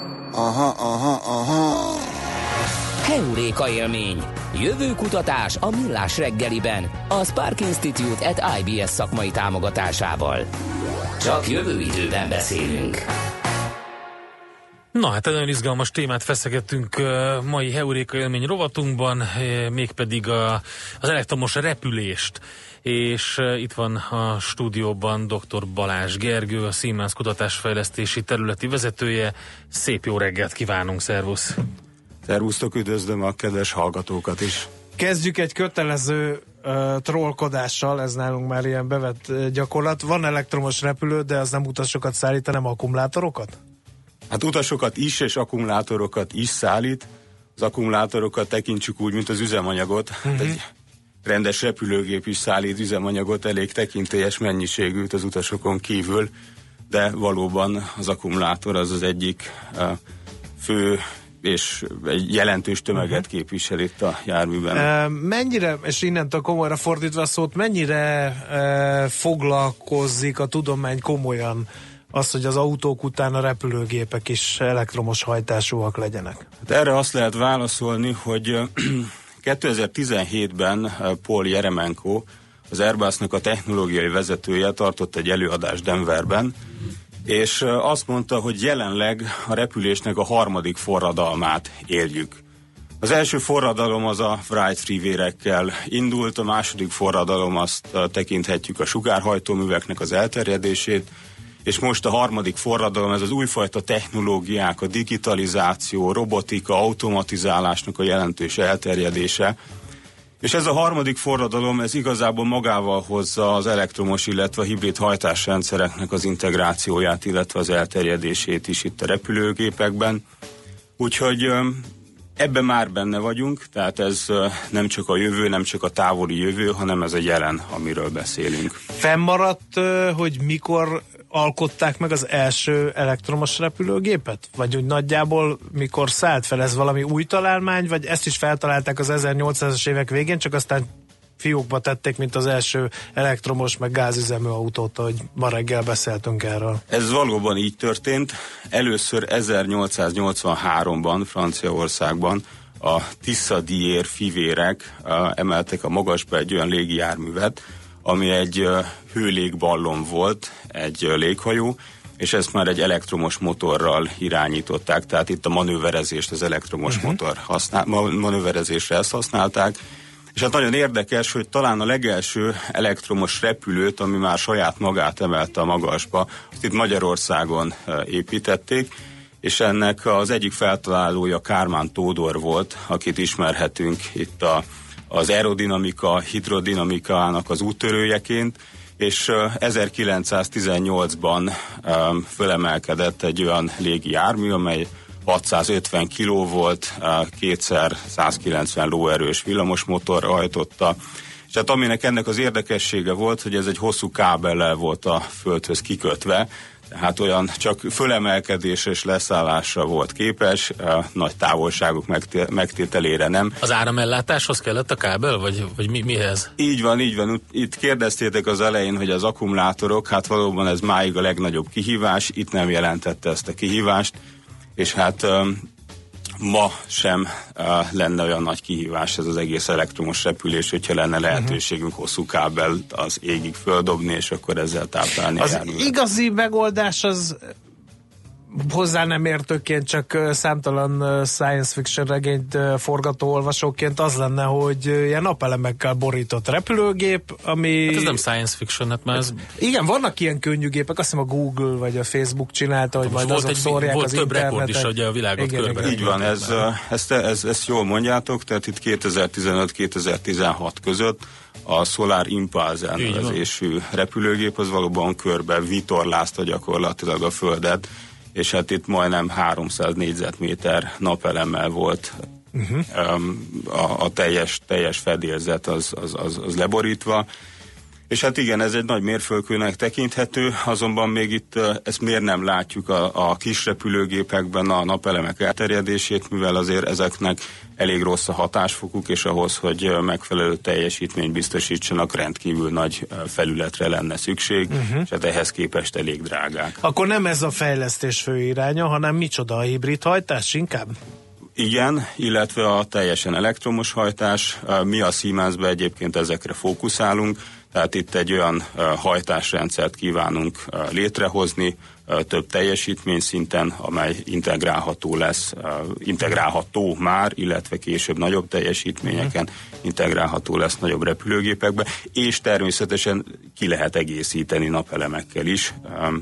Aha. Heuréka élmény. Jövőkutatás a Millás reggeliben. A Spark Institute at IBS szakmai támogatásával. Csak jövő időben beszélünk. Na hát egy nagyon izgalmas témát feszegettünk mai Heuréka élmény rovatunkban, mégpedig az elektromos repülést. És itt van a stúdióban dr. Balázs Gergő, a Siemens kutatásfejlesztési területi vezetője. Szép jó reggelt kívánunk, szervusz! Szervusztok, üdvözlöm a kedves hallgatókat is! Kezdjük egy kötelező trollkodással, ez nálunk már ilyen bevett gyakorlat. Van elektromos repülő, de az nem utasokat szállít, hanem akkumulátorokat? Hát utasokat is és akkumulátorokat is szállít. Az akkumulátorokat tekintsük úgy, mint az üzemanyagot. Egy rendes repülőgép is szállít üzemanyagot, elég tekintélyes mennyiségűt az utasokon kívül, de valóban az akkumulátor az az egyik fő és egy jelentős tömeget képvisel itt a járműben. Mennyire, és innentől komolyra fordítva a szót, mennyire foglalkozik a tudomány komolyan az, hogy az autók után a repülőgépek is elektromos hajtásúak legyenek? Hát erre azt lehet válaszolni, hogy 2017-ben Paul Yeremenko, az Airbusnak a technológiai vezetője tartott egy előadást Denverben, és azt mondta, hogy jelenleg a repülésnek a harmadik forradalmát éljük. Az első forradalom az a Wright fivérекkel indult, a második forradalom azt tekinthetjük a sugárhajtóműveknek az elterjedését, és most a harmadik forradalom, ez az újfajta technológiák, a digitalizáció, robotika, automatizálásnak a jelentős elterjedése. És ez a harmadik forradalom, ez igazából magával hozza az elektromos, illetve a hibrid hajtásrendszereknek az integrációját, illetve az elterjedését is itt a repülőgépekben. Úgyhogy ebben már benne vagyunk, tehát ez nem csak a jövő, nem csak a távoli jövő, hanem ez a jelen, amiről beszélünk. Fennmaradt, hogy mikor alkották meg az első elektromos repülőgépet? Vagy úgy nagyjából mikor szállt fel? Ez valami új találmány, vagy ezt is feltalálták az 1800-as évek végén, csak aztán fiókba tették, mint az első elektromos, meg gázüzemű autót, ahogy ma reggel beszéltünk erről. Ez valóban így történt. Először 1883-ban Franciaországban a Tissadier fivérek emeltek a magasba egy olyan légijárművet, ami egy hőlégballon volt, egy léghajó, és ezt már egy elektromos motorral irányították, tehát itt a manőverezést, az elektromos manőverezésre ezt használták, és hát nagyon érdekes, hogy talán a legelső elektromos repülőt, ami már saját magát emelte a magasba, azt itt Magyarországon építették, és ennek az egyik feltalálója Kármán Tódor volt, akit ismerhetünk itt az aerodinamika, hidrodinamikának az úttörőjeként, és 1918-ban fölemelkedett egy olyan légi jármű, amely 650 kg volt, kétszer 190 lóerős villamosmotorra hajtotta, és hát aminek ennek az érdekessége volt, hogy ez egy hosszú kábellel volt a földhöz kikötve, tehát olyan csak fölemelkedésre és leszállásra volt képes, nagy távolságok megtételére nem. Az áramellátáshoz kellett a kábel, vagy mihez? Így van. Itt kérdeztétek az elején, hogy az akkumulátorok, hát valóban ez máig a legnagyobb kihívás, itt nem jelentette ezt a kihívást, és hát ma sem lenne olyan nagy kihívás ez az egész elektromos repülés, hogyha lenne lehetőségünk hosszú kábelt az égig földobni, és akkor ezzel táplálni. Az igazi megoldás az hozzá nem értőként, csak számtalan science fiction regényt forgató olvasóként az lenne, hogy ilyen napelemekkel borított repülőgép, ami... Hát ez nem science fiction, hát már ez... Igen, vannak ilyen könnyű gépek, azt hiszem a Google vagy a Facebook csinálta, hogy majd azok szórják az internetet. Volt több rekord is, hogy a világot körbe. Így van, ezt jól mondjátok, tehát itt 2015-2016 között a Solar Impulse elnevezésű repülőgép az valóban körbe vitorlázta gyakorlatilag a Földet, és hát itt majdnem 300 négyzetméter napelemmel volt a teljes fedélzet az leborítva. És hát igen, ez egy nagy mérföldkőnek tekinthető, azonban még itt ezt miért nem látjuk a kis repülőgépekben a napelemek elterjedését, mivel azért ezeknek elég rossz a hatásfokuk, és ahhoz, hogy megfelelő teljesítményt biztosítsanak, rendkívül nagy felületre lenne szükség, és hát ehhez képest elég drágák. Akkor nem ez a fejlesztés fő iránya, hanem micsoda, a hibrid hajtás inkább? Igen, illetve a teljesen elektromos hajtás. Mi a Siemensbe egyébként ezekre fókuszálunk, tehát itt egy olyan hajtásrendszert kívánunk létrehozni több teljesítményszinten, amely integrálható már, illetve később nagyobb teljesítményeken integrálható lesz nagyobb repülőgépekbe, és természetesen ki lehet egészíteni napelemekkel is.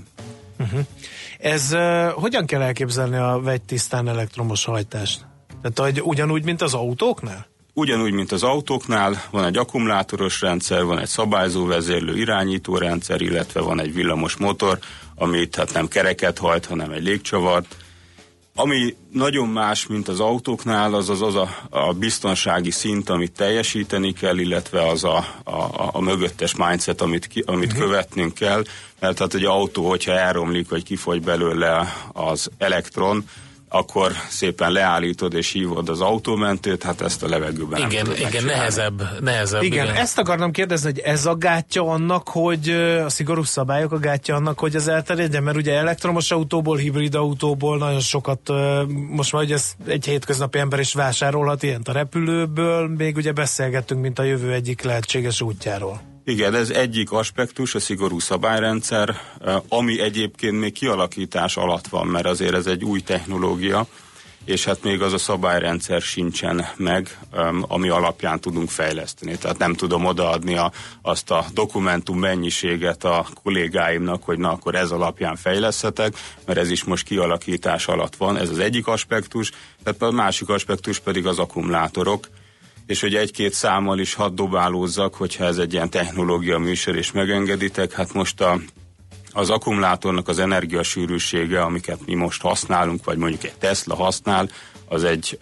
Ez hogyan kell elképzelni a vegytisztán elektromos hajtást? Tehát ugyanúgy, mint az autóknál? Ugyanúgy, mint az autóknál, van egy akkumulátoros rendszer, van egy szabályzó vezérlő irányító rendszer, illetve van egy villamos motor, amit hát nem kereket hajt, hanem egy légcsavart. Ami nagyon más, mint az autóknál, az a biztonsági szint, amit teljesíteni kell, illetve az a mögöttes mindset, amit követnünk kell, mert hát egy autó, hogyha elromlik, vagy kifogy belőle az elektron, akkor szépen leállítod és hívod az autómentőt, hát ezt a levegőben igen, nem igen, nehezebb. Igen, ezt akarnom kérdezni, hogy ez a gátja annak, hogy a szigorú szabályok a gátja annak, hogy ez elterjedjen, mert ugye elektromos autóból, hibrid autóból nagyon sokat, most már ugye ez egy hétköznapi ember is vásárolhat ilyent a repülőből, még ugye beszélgettünk, mint a jövő egyik lehetséges útjáról. Igen, ez egyik aspektus, a szigorú szabályrendszer, ami egyébként még kialakítás alatt van, mert azért ez egy új technológia, és hát még az a szabályrendszer sincsen meg, ami alapján tudunk fejleszteni. Tehát nem tudom odaadni azt a dokumentum mennyiséget a kollégáimnak, hogy na akkor ez alapján fejleszthetek, mert ez is most kialakítás alatt van. Ez az egyik aspektus, tehát a másik aspektus pedig az akkumulátorok, és hogy egy-két számmal is hadd dobálózzak, hogyha ez egy ilyen technológia műsor és megengeditek, hát most az akkumulátornak az energiasűrűsége, amiket mi most használunk, vagy mondjuk egy Tesla használ, az egy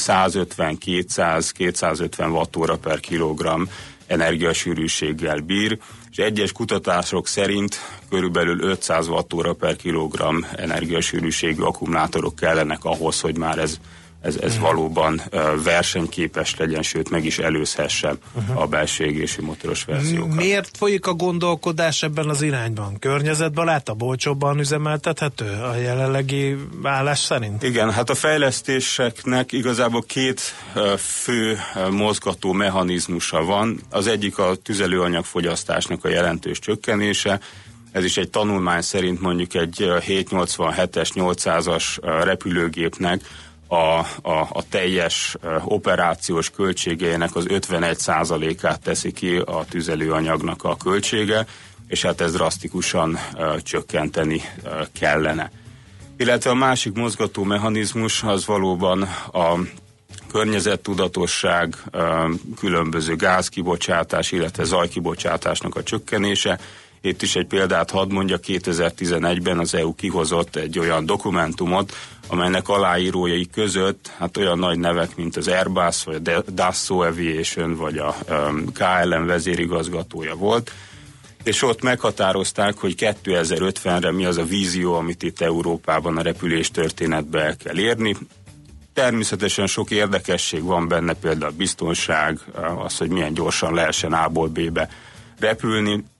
150-200-250 wattóra per kilogramm energiasűrűséggel bír, és egyes kutatások szerint körülbelül 500 wattóra per kilogramm energiasűrűségű akkumulátorok kellenek ahhoz, hogy már ez valóban versenyképes legyen, sőt meg is előzhesse a belső égésű motoros verziókat. Miért folyik a gondolkodás ebben az irányban? Környezetbarát, olcsóbban üzemeltethető a jelenlegi állás szerint? Igen, hát a fejlesztéseknek igazából két fő mozgató mechanizmusa van. Az egyik a tüzelőanyagfogyasztásnak a jelentős csökkenése. Ez is egy tanulmány szerint mondjuk egy 787-es, 800-as repülőgépnek a teljes operációs költségeinek az 51%-át teszi ki a tüzelőanyagnak a költsége, és hát ez drasztikusan csökkenteni kellene. Illetve a másik mozgató mechanizmus az valóban a környezettudatosság, különböző gázkibocsátás, illetve zajkibocsátásnak a csökkenése. Itt is egy példát hadd mondja, 2011-ben az EU kihozott egy olyan dokumentumot, amelynek aláírójai között hát olyan nagy nevek, mint az Airbus, vagy a Dassault Aviation, vagy a KLM vezérigazgatója volt, és ott meghatározták, hogy 2050-re mi az a vízió, amit itt Európában a repülés történetbe el kell érni. Természetesen sok érdekesség van benne, például a biztonság, az, hogy milyen gyorsan lehessen A-ból B-be repülni,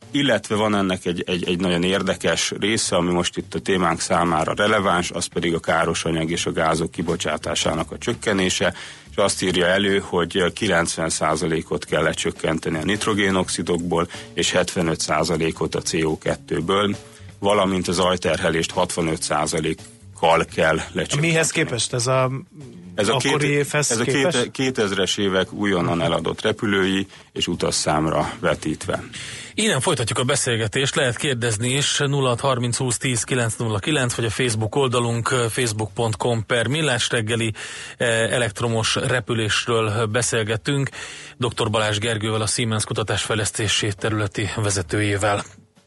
illetve van ennek egy nagyon érdekes része, ami most itt a témánk számára releváns, az pedig a károsanyag és a gázok kibocsátásának a csökkenése, és azt írja elő, hogy 90%-ot kell lecsökkenteni a nitrogénoxidokból, és 75%-ot a CO2-ből, valamint az zajterhelést 65%-kal kell lecsökkenteni. Mihez képest ez a akkori évhez ez képest? a 2000-es évek újonnan eladott repülői és utasszámra vetítve. Innen folytatjuk a beszélgetést, lehet kérdezni is 0630 20 10 909, vagy a Facebook oldalunk facebook.com/millásreggeli. Elektromos repülésről beszélgetünk dr. Balázs Gergővel, a Siemens kutatásfejlesztési területi vezetőjével.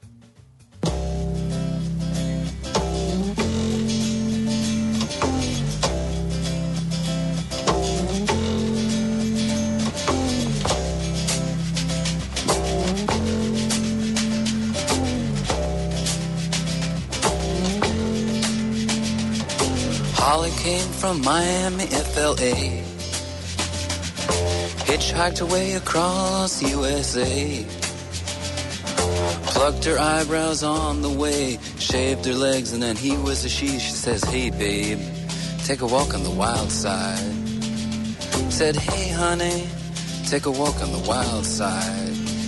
Holly came from Miami, FLA, hitchhiked away across USA, plucked her eyebrows on the way, shaved her legs, and then he was a she. She says, hey babe, take a walk on the wild side. Said, hey honey, take a walk on the wild side.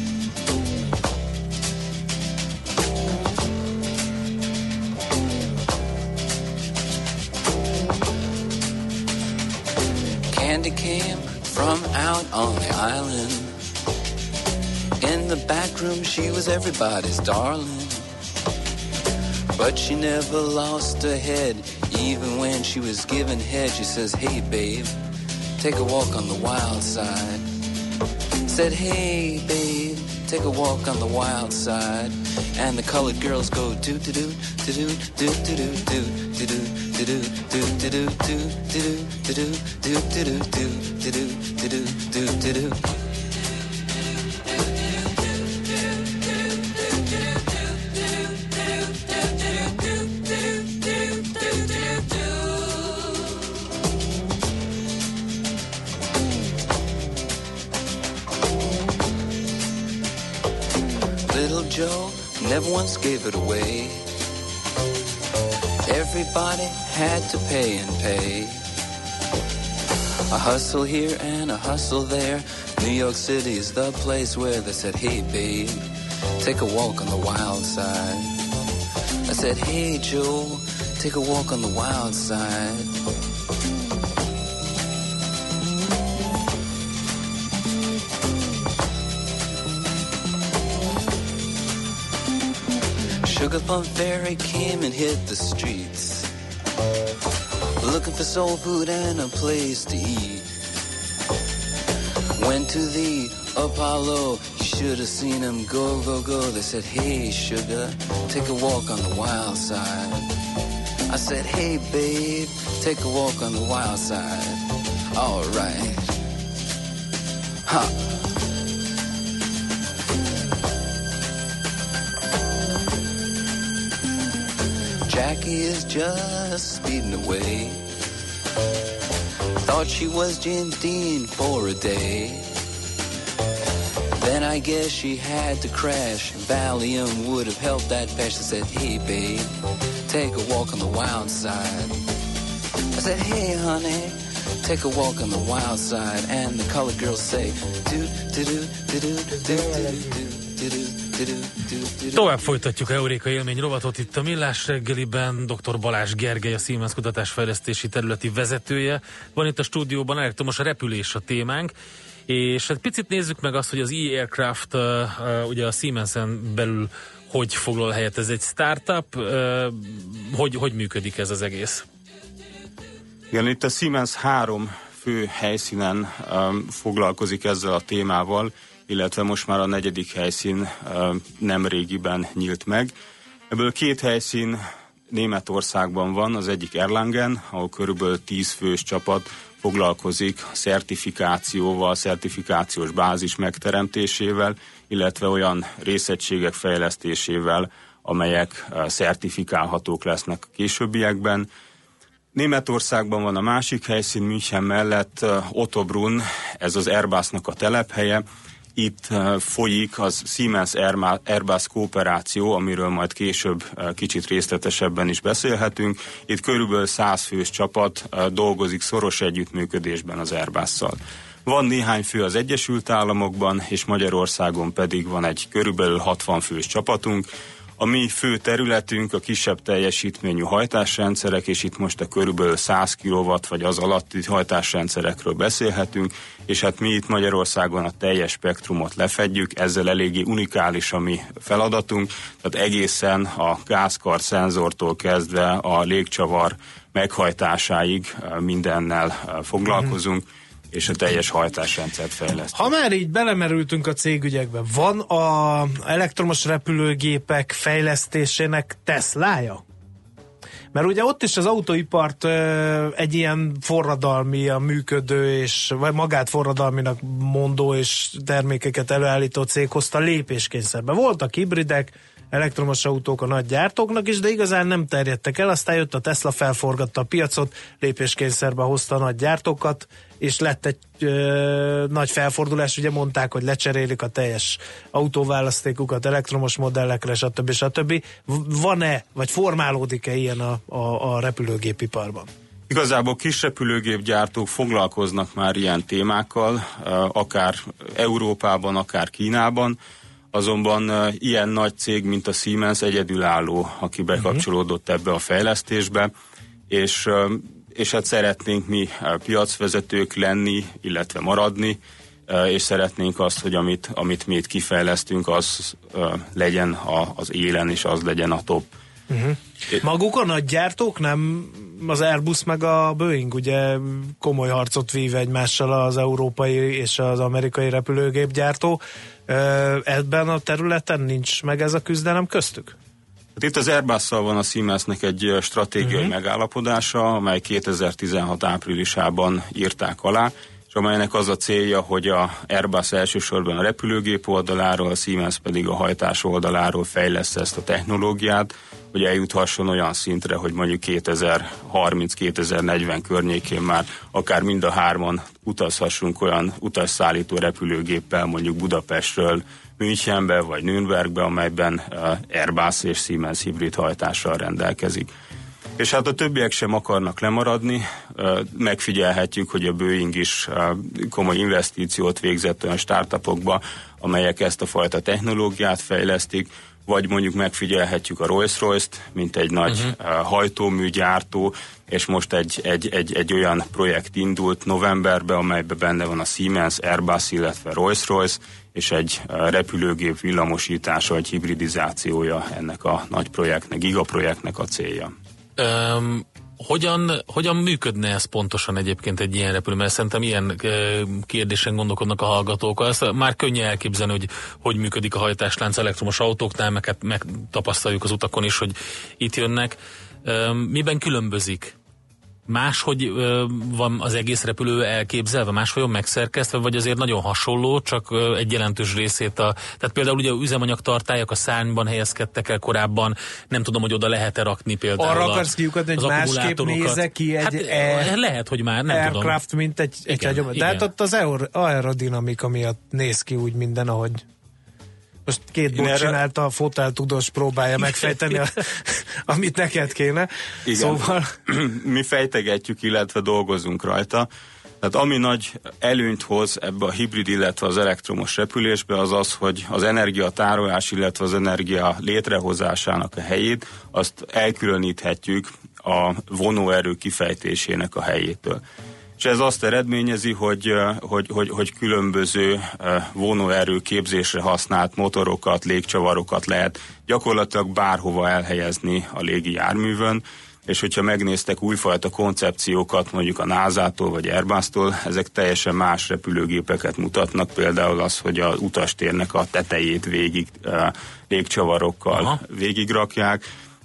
Candy came from out on the island. In the back room she was everybody's darling, but she never lost her head. Even when she was giving head, she says, hey babe, take a walk on the wild side. Said, hey babe, take a walk on the wild side. And the colored girls go do do do do do do do do do do do do do do do do do do do. Little Joe never once gave it away. Everybody had to pay and pay. A hustle here and a hustle there. New York City is the place where they said, hey babe, take a walk on the wild side. I said, hey Joe, take a walk on the wild side. Sugar Plum Fairy came and hit the streets, looking for soul food and a place to eat. Went to the Apollo, you should have seen him go, go, go. They said, hey Sugar, take a walk on the wild side. I said, hey babe, take a walk on the wild side. All right. Ha. Jackie is just speeding away. Thought she was James Dean for a day. Then I guess she had to crash. Valium would have helped that patch. I said, hey babe, take a walk on the wild side. I said, hey honey, take a walk on the wild side. And the colored girls say, do do do do do do do do do. Tovább folytatjuk a Euréka élmény rovatot itt a Millás reggeliben. Dr. Balázs Gergely, a Siemens kutatásfejlesztési területi vezetője. Van itt a stúdióban, elektromos a repülés a témánk. És hát picit nézzük meg azt, hogy az e-aircraft ugye a Siemensen belül hogy foglal helyet. Ez egy startup, hogy működik ez az egész? Igen, itt a Siemens 3 fő helyszínen foglalkozik ezzel a témával, illetve most már a 4. helyszín nem régiben nyílt meg. Ebből 2 helyszín Németországban van, az egyik Erlangen, ahol körülbelül 10 fős csapat foglalkozik szertifikációval, szertifikációs bázis megteremtésével, illetve olyan részegységek fejlesztésével, amelyek szertifikálhatók lesznek a későbbiekben. Németországban van a másik helyszín, München mellett Ottobrunn, ez az Airbusnak a telephelye, itt folyik az Siemens-Airbus kooperáció, amiről majd később kicsit részletesebben is beszélhetünk. Itt körülbelül 100 fős csapat dolgozik szoros együttműködésben az Airbus-szal. Van néhány fő az Egyesült Államokban, és Magyarországon pedig van egy körülbelül 60 fős csapatunk. A mi fő területünk a kisebb teljesítményű hajtásrendszerek, és itt most a körülbelül 100 kW vagy az alatti hajtásrendszerekről beszélhetünk, és hát mi itt Magyarországon a teljes spektrumot lefedjük, ezzel eléggé unikális a mi feladatunk, tehát egészen a gázkar szenzortól kezdve a légcsavar meghajtásáig mindennel foglalkozunk, és a teljes hajtásrendszert fejlesztünk. Ha már így belemerültünk a cégügyekbe, van a elektromos repülőgépek fejlesztésének Teslája? Mert ugye ott is az autóipart egy ilyen forradalmi, a működő, és vagy magát forradalminak mondó és termékeket előállító cég hozta lépéskényszerbe. Voltak hibridek, elektromos autók a nagy gyártóknak is, de igazán nem terjedtek el, aztán jött a Tesla, felforgatta a piacot, lépéskényszerbe hozta a nagy gyártókat, és lett egy nagy felfordulás, ugye mondták, hogy lecserélik a teljes autóválasztékukat elektromos modellekre, stb. Van-e, vagy formálódik-e ilyen a repülőgépiparban? Igazából kis repülőgépgyártók foglalkoznak már ilyen témákkal, akár Európában, akár Kínában, azonban ilyen nagy cég, mint a Siemens egyedülálló, aki bekapcsolódott ebbe a fejlesztésbe, és hát szeretnénk mi piacvezetők lenni, illetve maradni, és szeretnénk azt, hogy amit mi itt kifejlesztünk, az legyen az élen, és az legyen a top. Maguk a nagy gyártók, nem az Airbus meg a Boeing, ugye komoly harcot vív egymással az európai és az amerikai repülőgépgyártó. Ebben a területen nincs meg ez a küzdelem köztük? Hát itt az Airbus-szal van a Siemensnek egy stratégiai megállapodása, amely 2016 áprilisában írták alá, és amelynek az a célja, hogy a Airbus elsősorban a repülőgép oldaláról, a Siemens pedig a hajtás oldaláról fejleszt ezt a technológiát, hogy eljuthasson olyan szintre, hogy mondjuk 2030-2040 környékén már akár mind a hárman utazhassunk olyan utasszállító repülőgéppel, mondjuk Budapestről Münchenbe vagy Nürnbergbe, amelyben Airbus és Siemens hibrid hajtással rendelkezik. És hát a többiek sem akarnak lemaradni, megfigyelhetjük, hogy a Boeing is komoly investíciót végzett olyan startupokba, amelyek ezt a fajta technológiát fejlesztik, vagy mondjuk megfigyelhetjük a Rolls-Royce-t, mint egy nagy hajtóműgyártó, és most egy olyan projekt indult novemberben, amelyben benne van a Siemens, Airbus, illetve Rolls-Royce, és egy repülőgép villamosítása, egy hibridizációja ennek a nagy projektnek, gigaprojektnek a célja. Hogyan működne ez pontosan egyébként egy ilyen repülő? Mert szerintem ilyen kérdésen gondolkodnak a hallgatók. Azt már könnyű elképzelni, hogy működik a hajtáslánc elektromos autóknál, meg tapasztaljuk az utakon is, hogy itt jönnek. Miben különbözik? Máshogy van az egész repülő elképzelve, máshogy megszerkesztve, vagy azért nagyon hasonló, csak egy jelentős részét tehát például ugye üzemanyagtartályok a szárnyban helyezkedtek el korábban, nem tudom, hogy oda lehet-e rakni például arra akarsz kiukadni, hogy másképp nézze ki egy lehet, hogy már nem aircraft, tudom. mint egy de hát ott az aerodinamika miatt néz ki úgy minden, ahogy most két bot csinálta, a foteltudós próbálja megfejteni, amit neked kéne. Igen. Szóval... Mi fejtegetjük, illetve dolgozunk rajta. Tehát ami nagy előnyt hoz ebbe a hibrid, illetve az elektromos repülésbe, az az, hogy az energiatárolás, illetve az energia létrehozásának a helyét, azt elkülöníthetjük a vonóerő kifejtésének a helyétől. És ez azt eredményezi, hogy különböző vonóerő képzésre használt motorokat, légcsavarokat lehet gyakorlatilag bárhova elhelyezni a légi járművön, és hogyha megnéztek újfajta koncepciókat, mondjuk a NASA-tól vagy Airbus-tól, ezek teljesen más repülőgépeket mutatnak, például az, hogy az utastérnek a tetejét végig légcsavarokkal végigrakják.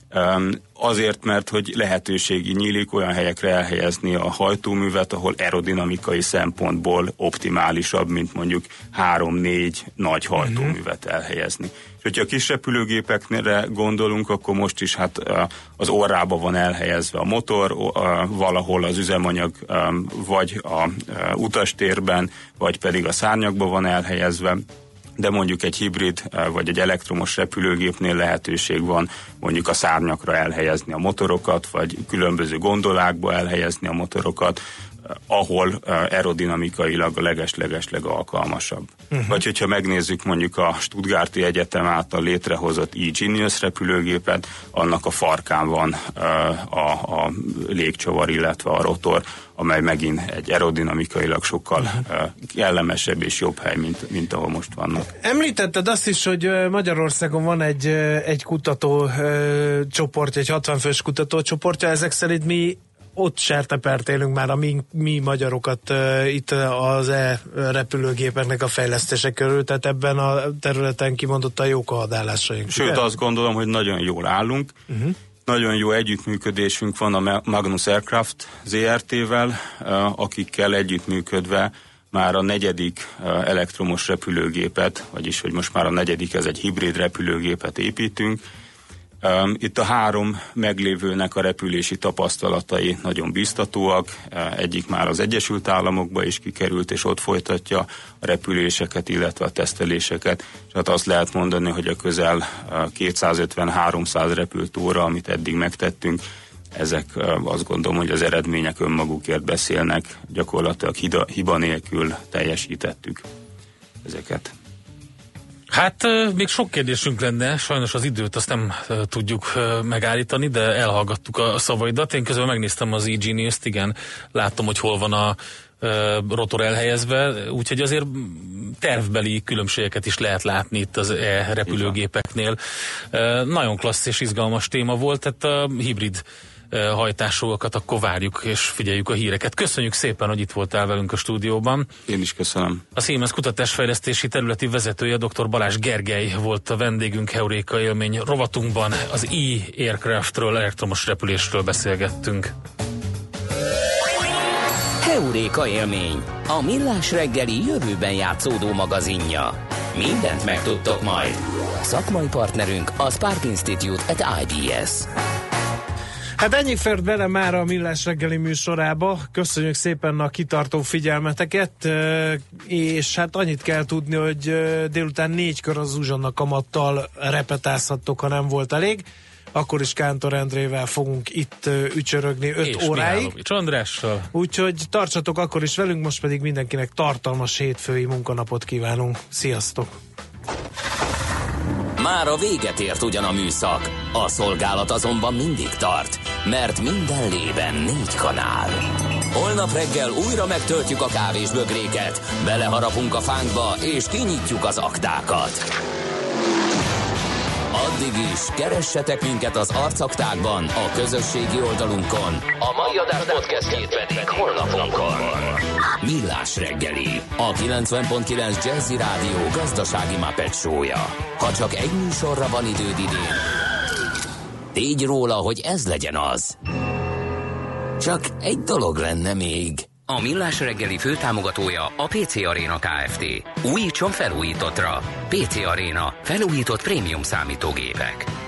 Azért, mert hogy lehetőség nyílik olyan helyekre elhelyezni a hajtóművet, ahol aerodinamikai szempontból optimálisabb, mint mondjuk 3-4 nagy hajtóművet elhelyezni. És hogyha a kis repülőgépekre gondolunk, akkor most is hát az orrába van elhelyezve a motor, valahol az üzemanyag vagy a utastérben, vagy pedig a szárnyakba van elhelyezve, de mondjuk egy hibrid vagy egy elektromos repülőgépnél lehetőség van mondjuk a szárnyakra elhelyezni a motorokat, vagy különböző gondolákba elhelyezni a motorokat, ahol aerodinamikailag a leges-legesleg alkalmasabb. Vagy hogyha megnézzük mondjuk a Stuttgarti Egyetem által létrehozott e-Genius repülőgépet, annak a farkán van a légcsavar, illetve a rotor, amely megint egy aerodinamikailag sokkal kellemesebb és jobb hely, mint ahol most vannak. Említetted azt is, hogy Magyarországon van egy kutató csoportja, egy 60 fős kutatócsoportja, ezek szerint mi ott sertepert élünk már a mi magyarokat itt az repülőgépeknek a fejlesztése körül, tehát ebben a területen kimondottan jók a hadállásaink. Sőt, azt gondolom, hogy nagyon jól állunk. Nagyon jó együttműködésünk van a Magnus Aircraft ZRT-vel, akikkel együttműködve már a 4. elektromos repülőgépet, vagyis hogy most már a 4. ez egy hibrid repülőgépet építünk. Itt a 3 meglévőnek a repülési tapasztalatai nagyon biztatóak. Egyik már az Egyesült Államokba is kikerült, és ott folytatja a repüléseket, illetve a teszteléseket. És hát azt lehet mondani, hogy a közel 250-300 repült óra, amit eddig megtettünk, ezek azt gondolom, hogy az eredmények önmagukért beszélnek. Gyakorlatilag hiba nélkül teljesítettük ezeket. Hát még sok kérdésünk lenne, sajnos az időt azt nem tudjuk megállítani, de elhallgattuk a szavaidat. Én közben megnéztem az e-Genius-t, igen, láttam, hogy hol van a rotor elhelyezve, úgyhogy azért tervbeli különbségeket is lehet látni itt az repülőgépeknél. Nagyon klassz és izgalmas téma volt, tehát a hibrid hajtásúakat akkor várjuk és figyeljük a híreket. Köszönjük szépen, hogy itt voltál velünk a stúdióban. Én is köszönöm. A Siemens kutatásfejlesztési területi vezetője, dr. Balázs Gergely volt a vendégünk. Heuréka élmény rovatunkban az e-aircraftről, elektromos repülésről beszélgettünk. Heuréka élmény, a millás reggeli jövőben játszódó magazinja. Mindent megtudtok majd. Szakmai partnerünk a Spark Institute at IBS. Hát ennyi fért bele már a Millás reggeli műsorába. Köszönjük szépen a kitartó figyelmeteket, és hát annyit kell tudni, hogy délután 4-kor az Uzsonna kamattal repetázhattok, ha nem volt elég. Akkor is Kántor Endrével fogunk itt ücsörögni 5 és óráig. Mihálovics Andrással. Úgyhogy tartsatok akkor is velünk, most pedig mindenkinek tartalmas hétfői munkanapot kívánunk. Sziasztok! Már a véget ért ugyan a műszak, a szolgálat azonban mindig tart, mert minden lében 4 kanál. Holnap reggel újra megtöltjük a kávésbögréket, beleharapunk a fánkba és kinyitjuk az aktákat. Addig is keressetek minket az arcaktákban, a közösségi oldalunkon. A mai adás podcastjét pedig holnapunkon. Millás reggeli, a 90.9 Jazzy Rádió gazdasági Muppet show-ja. Ha csak egy műsorra van időd idén, tégy róla, hogy ez legyen az. Csak egy dolog lenne még. A Millás reggeli főtámogatója a PC Arena Kft. Újítson felújítottra. PC Arena. Felújított prémium számítógépek.